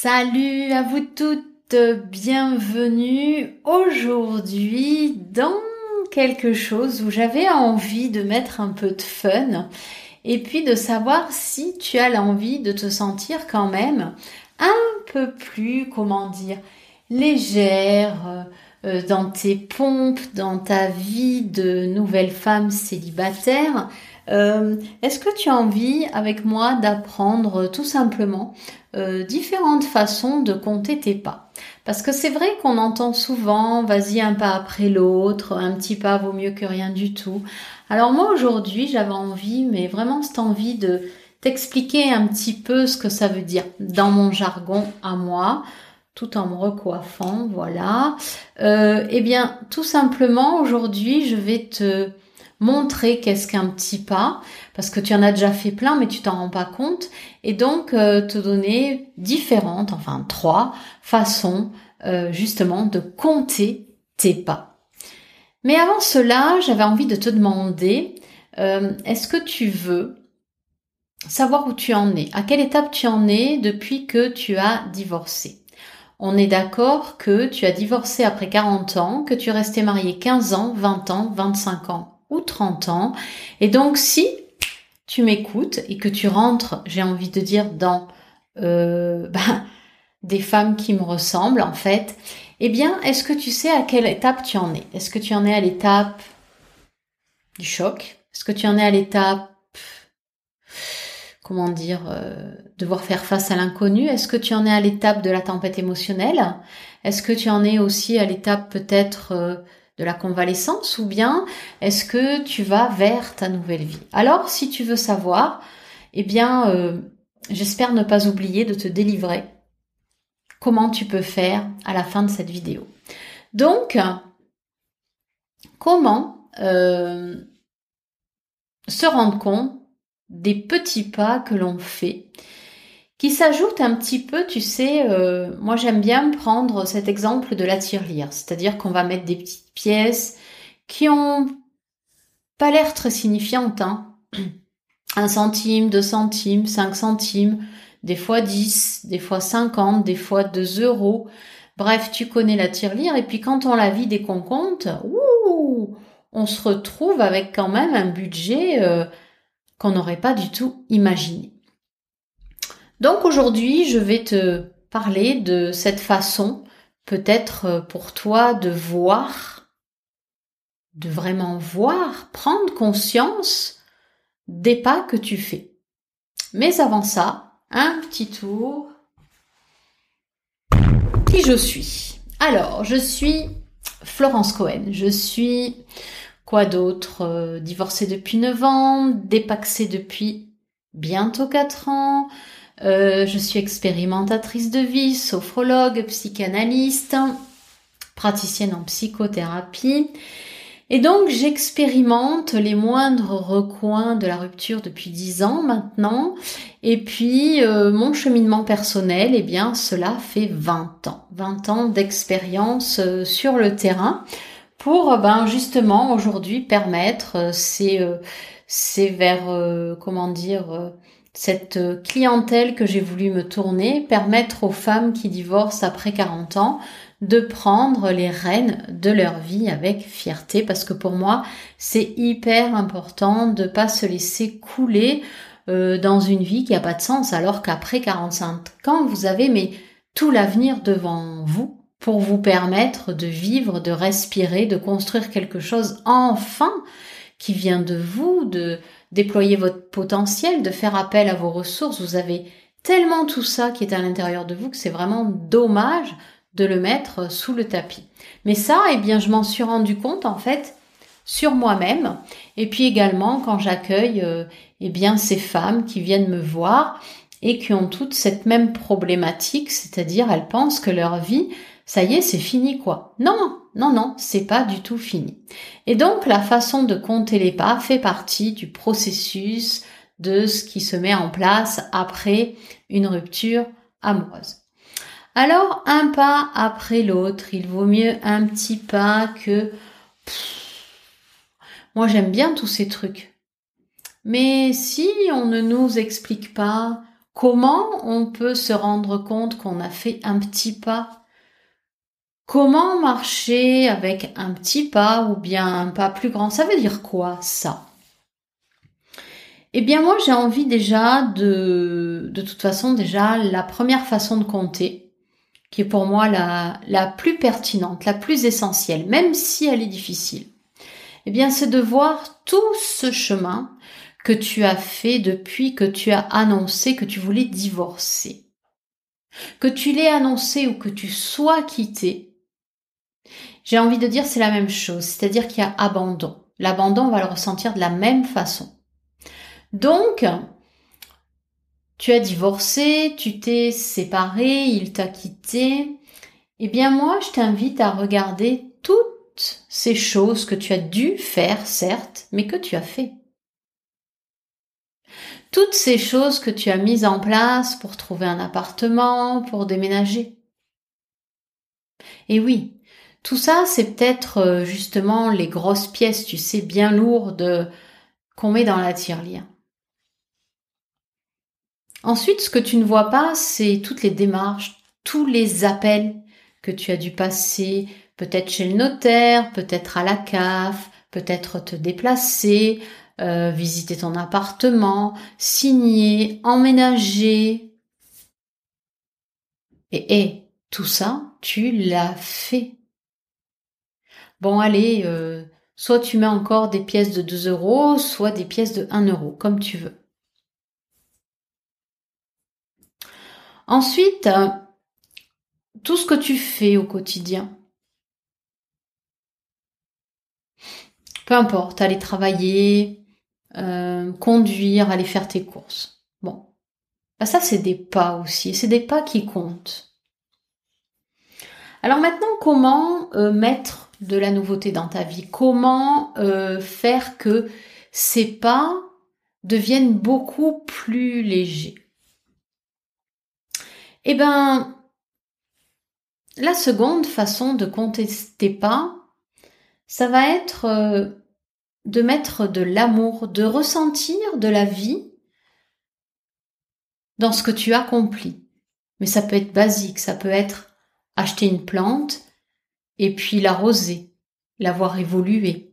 Salut à vous toutes, bienvenue aujourd'hui dans quelque chose où j'avais envie de mettre un peu de fun et puis de savoir si tu as l'envie de te sentir quand même un peu plus, légère dans tes pompes, dans ta vie de nouvelle femme célibataire. Est-ce que tu as envie avec moi d'apprendre tout simplement différentes façons de compter tes pas? Parce que c'est vrai qu'on entend souvent, vas-y un pas après l'autre, un petit pas vaut mieux que rien du tout. Alors moi aujourd'hui j'avais envie, mais vraiment cette envie de t'expliquer un petit peu ce que ça veut dire dans mon jargon à moi, tout en me recoiffant, voilà. Eh bien tout simplement aujourd'hui je vais te montrer qu'est-ce qu'un petit pas, parce que tu en as déjà fait plein mais tu t'en rends pas compte, et donc te donner différentes, enfin 3 façons justement de compter tes pas. Mais avant cela, j'avais envie de te demander, est-ce que tu veux savoir où tu en es, à quelle étape tu en es depuis que tu as divorcé? On est d'accord que tu as divorcé après 40 ans, que tu es resté marié 15 ans, 20 ans, 25 ans ou 30 ans. Et donc, si tu m'écoutes et que tu rentres, j'ai envie de dire, dans des femmes qui me ressemblent, en fait, eh bien, est-ce que tu sais à quelle étape tu en es? Est-ce que tu en es à l'étape du choc? Est-ce que tu en es à l'étape devoir faire face à l'inconnu? Est-ce que tu en es à l'étape de la tempête émotionnelle? Est-ce que tu en es aussi à l'étape peut-être de la convalescence, ou bien est-ce que tu vas vers ta nouvelle vie? Alors, si tu veux savoir, eh bien, j'espère ne pas oublier de te délivrer comment tu peux faire à la fin de cette vidéo. Donc, comment se rendre compte des petits pas que l'on fait, qui s'ajoutent un petit peu, tu sais, moi j'aime bien prendre cet exemple de la tirelire, c'est-à-dire qu'on va mettre des petites pièces qui ont pas l'air très signifiantes, hein. 1 centime, 2 centimes, 5 centimes, des fois 10, des fois 50, des fois 2 €. Bref, tu connais la tirelire, et puis quand on la vide et qu'on compte, on se retrouve avec quand même un budget qu'on n'aurait pas du tout imaginé. Donc aujourd'hui, je vais te parler de cette façon, peut-être pour toi, de voir, de vraiment voir, prendre conscience des pas que tu fais. Mais avant ça, un petit tour. Qui je suis? Alors, je suis Florence Cohen. Je suis, quoi d'autre? Divorcée depuis 9 ans, dépaxée depuis bientôt 4 ans. Je suis expérimentatrice de vie, sophrologue, psychanalyste, praticienne en psychothérapie. Et donc, j'expérimente les moindres recoins de la rupture depuis 10 ans maintenant. Et puis, mon cheminement personnel, eh bien, cela fait 20 ans. 20 ans d'expérience sur le terrain pour, justement, aujourd'hui, permettre cette clientèle que j'ai voulu me tourner, permettre aux femmes qui divorcent après 40 ans de prendre les rênes de leur vie avec fierté, parce que pour moi, c'est hyper important de pas se laisser couler dans une vie qui a pas de sens, alors qu'après 45 ans, vous avez tout l'avenir devant vous pour vous permettre de vivre, de respirer, de construire quelque chose enfin qui vient de vous, de déployer votre potentiel, de faire appel à vos ressources. Vous avez tellement tout ça qui est à l'intérieur de vous que c'est vraiment dommage de le mettre sous le tapis. Mais ça, eh bien, je m'en suis rendu compte, en fait, sur moi-même. Et puis également, quand j'accueille, ces femmes qui viennent me voir et qui ont toutes cette même problématique, c'est-à-dire, elles pensent que leur vie, ça y est, c'est fini, quoi. Non, c'est pas du tout fini. Et donc, la façon de compter les pas fait partie du processus de ce qui se met en place après une rupture amoureuse. Alors, un pas après l'autre, il vaut mieux un petit pas que... Moi, j'aime bien tous ces trucs. Mais si on ne nous explique pas Comment on peut se rendre compte qu'on a fait un petit pas? Comment marcher avec un petit pas ou bien un pas plus grand? Ça veut dire quoi, ça? Eh bien, moi, j'ai envie déjà de toute façon, déjà, la première façon de compter, qui est pour moi la plus pertinente, la plus essentielle, même si elle est difficile. Eh bien, c'est de voir tout ce chemin que tu as fait depuis que tu as annoncé que tu voulais divorcer. Que tu l'aies annoncé ou que tu sois quitté, j'ai envie de dire c'est la même chose, c'est-à-dire qu'il y a abandon. L'abandon, on va le ressentir de la même façon. Donc, tu as divorcé, tu t'es séparé, il t'a quitté. Eh bien, moi, je t'invite à regarder toutes ces choses que tu as dû faire, certes, mais que tu as fait. Toutes ces choses que tu as mises en place pour trouver un appartement, pour déménager. Et oui, tout ça, c'est peut-être justement les grosses pièces, tu sais, bien lourdes qu'on met dans la tirelire. Ensuite, ce que tu ne vois pas, c'est toutes les démarches, tous les appels que tu as dû passer, peut-être chez le notaire, peut-être à la CAF, peut-être te déplacer, visiter ton appartement, signer, emménager. Et tout ça, tu l'as fait. Bon, allez, soit tu mets encore des pièces de 2 euros, soit des pièces de 1 euro, comme tu veux. Ensuite, tout ce que tu fais au quotidien, peu importe, aller travailler, conduire, aller faire tes courses. Bon, bah ça c'est des pas aussi, c'est des pas qui comptent. Alors maintenant, comment mettre de la nouveauté dans ta vie? Comment faire que ces pas deviennent beaucoup plus légers? Eh ben, la seconde façon de compter tes pas, ça va être de mettre de l'amour, de ressentir de la vie dans ce que tu accomplis. Mais ça peut être basique, ça peut être acheter une plante et puis l'arroser, la voir évoluer.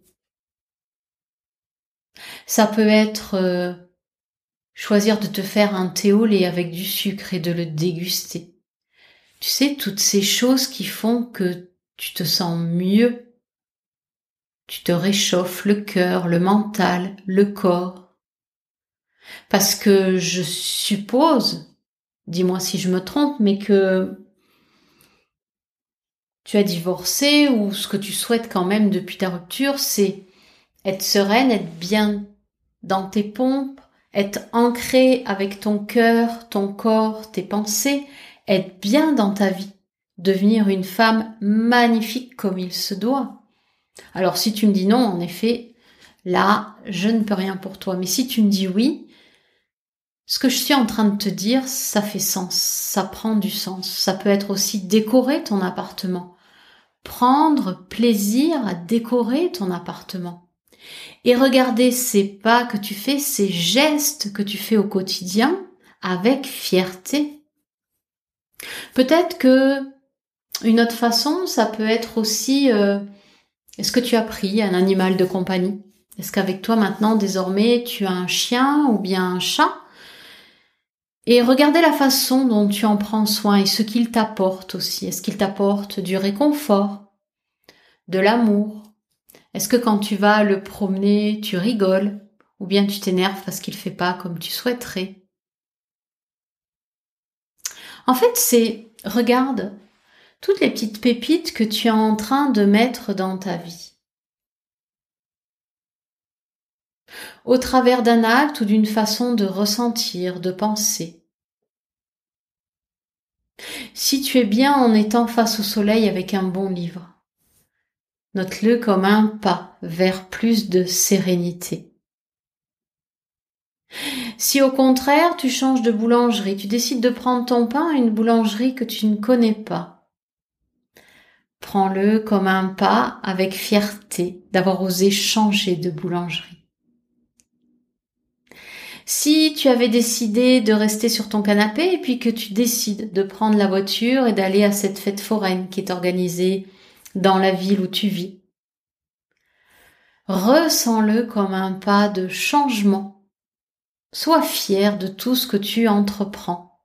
Ça peut être choisir de te faire un thé au lait avec du sucre et de le déguster. Tu sais, toutes ces choses qui font que tu te sens mieux. Tu te réchauffes le cœur, le mental, le corps. Parce que je suppose, dis-moi si je me trompe, mais que tu as divorcé ou ce que tu souhaites quand même depuis ta rupture, c'est être sereine, être bien dans tes pompes, être ancrée avec ton cœur, ton corps, tes pensées, être bien dans ta vie, devenir une femme magnifique comme il se doit. Alors si tu me dis non, en effet, là, je ne peux rien pour toi. Mais si tu me dis oui, ce que je suis en train de te dire, ça fait sens, ça prend du sens. Ça peut être aussi décorer ton appartement, prendre plaisir à décorer ton appartement et regarder ces pas que tu fais, ces gestes que tu fais au quotidien avec fierté. Peut-être que une autre façon, ça peut être aussi, est-ce que tu as pris un animal de compagnie? Est-ce qu'avec toi maintenant, désormais, tu as un chien ou bien un chat? Et regardez la façon dont tu en prends soin et ce qu'il t'apporte aussi. Est-ce qu'il t'apporte du réconfort, de l'amour? Est-ce que quand tu vas le promener, tu rigoles? Ou bien tu t'énerves parce qu'il fait pas comme tu souhaiterais? En fait, regarde, toutes les petites pépites que tu es en train de mettre dans ta vie. Au travers d'un acte ou d'une façon de ressentir, de penser. Si tu es bien en étant face au soleil avec un bon livre, note-le comme un pas vers plus de sérénité. Si au contraire tu changes de boulangerie, tu décides de prendre ton pain à une boulangerie que tu ne connais pas, prends-le comme un pas avec fierté d'avoir osé changer de boulangerie. Si tu avais décidé de rester sur ton canapé et puis que tu décides de prendre la voiture et d'aller à cette fête foraine qui est organisée dans la ville où tu vis, ressens-le comme un pas de changement. Sois fier de tout ce que tu entreprends.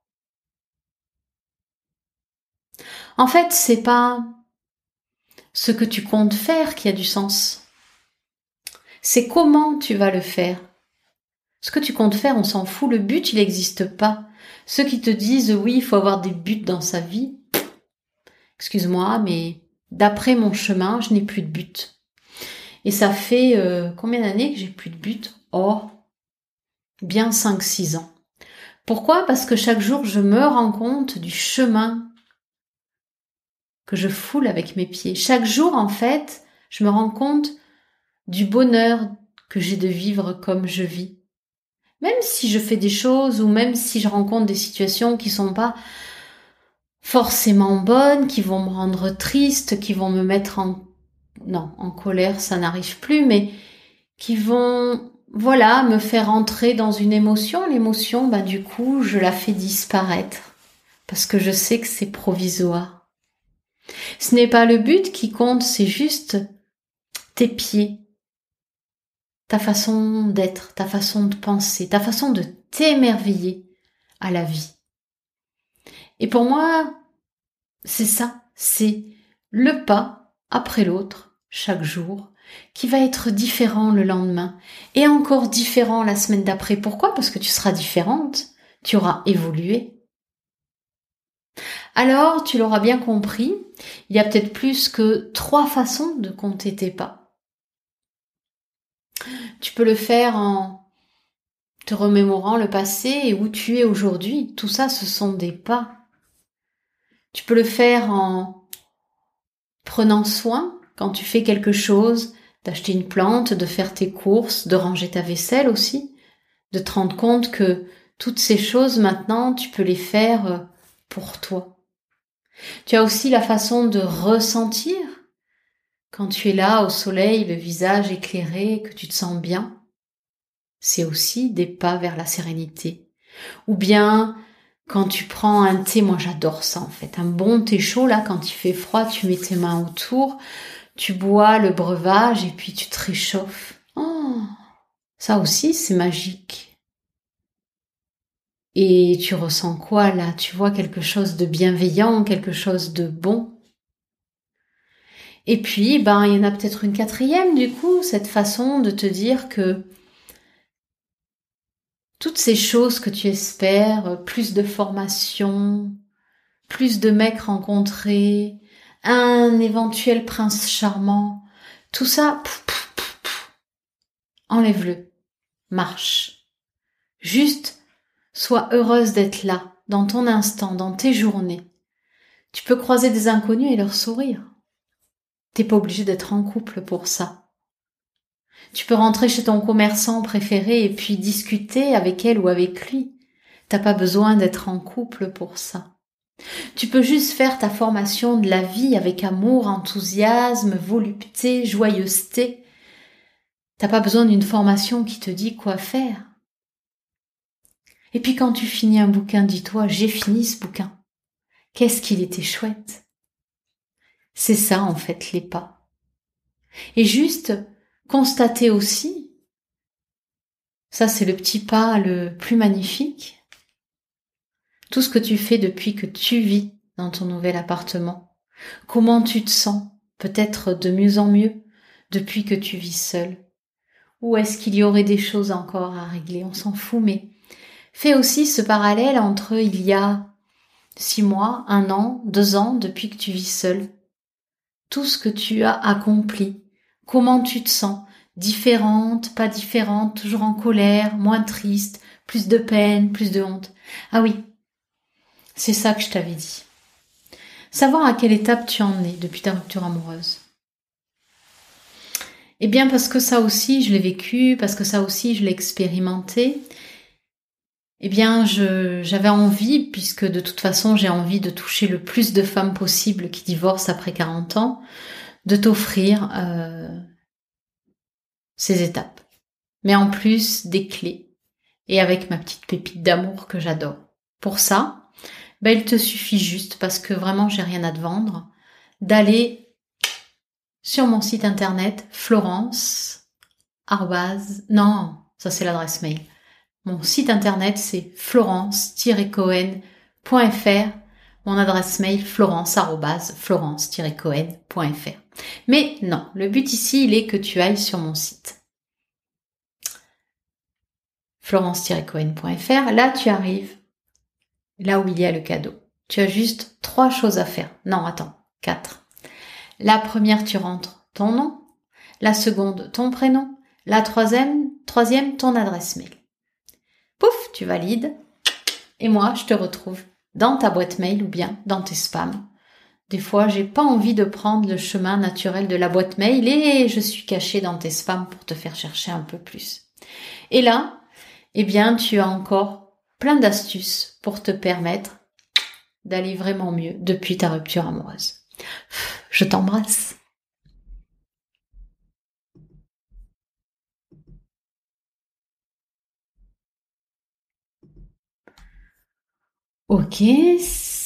En fait, c'est pas ce que tu comptes faire qui a du sens. C'est comment tu vas le faire. Ce que tu comptes faire, on s'en fout. Le but, il n'existe pas. Ceux qui te disent, oui, il faut avoir des buts dans sa vie. Excuse-moi, mais d'après mon chemin, je n'ai plus de but. Et ça fait combien d'années que j'ai plus de but? Oh, bien 5-6 ans. Pourquoi? Parce que chaque jour, je me rends compte du chemin que je foule avec mes pieds. Chaque jour, en fait, je me rends compte du bonheur que j'ai de vivre comme je vis. Même si je fais des choses ou même si je rencontre des situations qui sont pas forcément bonnes, qui vont me rendre triste, qui vont me mettre en colère, ça n'arrive plus, mais qui vont, voilà, me faire entrer dans une émotion. L'émotion, du coup, je la fais disparaître parce que je sais que c'est provisoire. Ce n'est pas le but qui compte, c'est juste tes pieds, ta façon d'être, ta façon de penser, ta façon de t'émerveiller à la vie. Et pour moi, c'est ça, c'est le pas après l'autre, chaque jour, qui va être différent le lendemain et encore différent la semaine d'après. Pourquoi? Parce que tu seras différente, tu auras évolué. Alors, tu l'auras bien compris, il y a peut-être plus que 3 façons de compter tes pas. Tu peux le faire en te remémorant le passé et où tu es aujourd'hui. Tout ça, ce sont des pas. Tu peux le faire en prenant soin quand tu fais quelque chose, d'acheter une plante, de faire tes courses, de ranger ta vaisselle aussi, de te rendre compte que toutes ces choses maintenant, tu peux les faire pour toi. Tu as aussi la façon de ressentir quand tu es là au soleil, le visage éclairé, que tu te sens bien. C'est aussi des pas vers la sérénité. Ou bien quand tu prends un thé, moi j'adore ça en fait, un bon thé chaud là, quand il fait froid, tu mets tes mains autour, tu bois le breuvage et puis tu te réchauffes. Oh, ça aussi c'est magique. Et tu ressens quoi là? Tu vois quelque chose de bienveillant, quelque chose de bon. Et puis, il y en a peut-être une 4e du coup, cette façon de te dire que toutes ces choses que tu espères, plus de formation, plus de mecs rencontrés, un éventuel prince charmant, tout ça, enlève-le, marche. Juste, sois heureuse d'être là, dans ton instant, dans tes journées. Tu peux croiser des inconnus et leur sourire. T'es pas obligé d'être en couple pour ça. Tu peux rentrer chez ton commerçant préféré et puis discuter avec elle ou avec lui. T'as pas besoin d'être en couple pour ça. Tu peux juste faire ta formation de la vie avec amour, enthousiasme, volupté, joyeuseté. T'as pas besoin d'une formation qui te dit quoi faire. Et puis quand tu finis un bouquin, dis-toi, j'ai fini ce bouquin. Qu'est-ce qu'il était chouette. C'est ça en fait les pas. Et juste constater aussi, ça c'est le petit pas le plus magnifique, tout ce que tu fais depuis que tu vis dans ton nouvel appartement. Comment tu te sens, peut-être de mieux en mieux, depuis que tu vis seul. Ou est-ce qu'il y aurait des choses encore à régler? On s'en fout, mais fais aussi ce parallèle entre il y a 6 mois, 1 an, 2 ans, depuis que tu vis seul. Tout ce que tu as accompli. Comment tu te sens? Différente, pas différente, toujours en colère, moins triste, plus de peine, plus de honte. Ah oui, c'est ça que je t'avais dit. Savoir à quelle étape tu en es depuis ta rupture amoureuse. Eh bien parce que ça aussi je l'ai vécu, parce que ça aussi je l'ai expérimenté. Eh bien j'avais envie, puisque de toute façon j'ai envie de toucher le plus de femmes possible qui divorcent après 40 ans, de t'offrir ces étapes. Mais en plus des clés et avec ma petite pépite d'amour que j'adore. Pour ça, il te suffit juste, parce que vraiment j'ai rien à te vendre, d'aller sur mon site internet Florence non, ça c'est l'adresse mail. Mon site internet c'est florence-cohen.fr. Mon adresse mail florence-cohen.fr. Mais non, le but ici il est que tu ailles sur mon site florence-cohen.fr. Là tu arrives là où il y a le cadeau. Tu as juste 3 choses à faire. Non, attends, 4. La première, tu rentres ton nom. La seconde, ton prénom. La troisième, ton adresse mail. Pouf, tu valides. Et moi, je te retrouve dans ta boîte mail ou bien dans tes spams. Des fois, j'ai pas envie de prendre le chemin naturel de la boîte mail et je suis cachée dans tes spams pour te faire chercher un peu plus. Et là, tu as encore plein d'astuces pour te permettre d'aller vraiment mieux depuis ta rupture amoureuse. Je t'embrasse. Ok,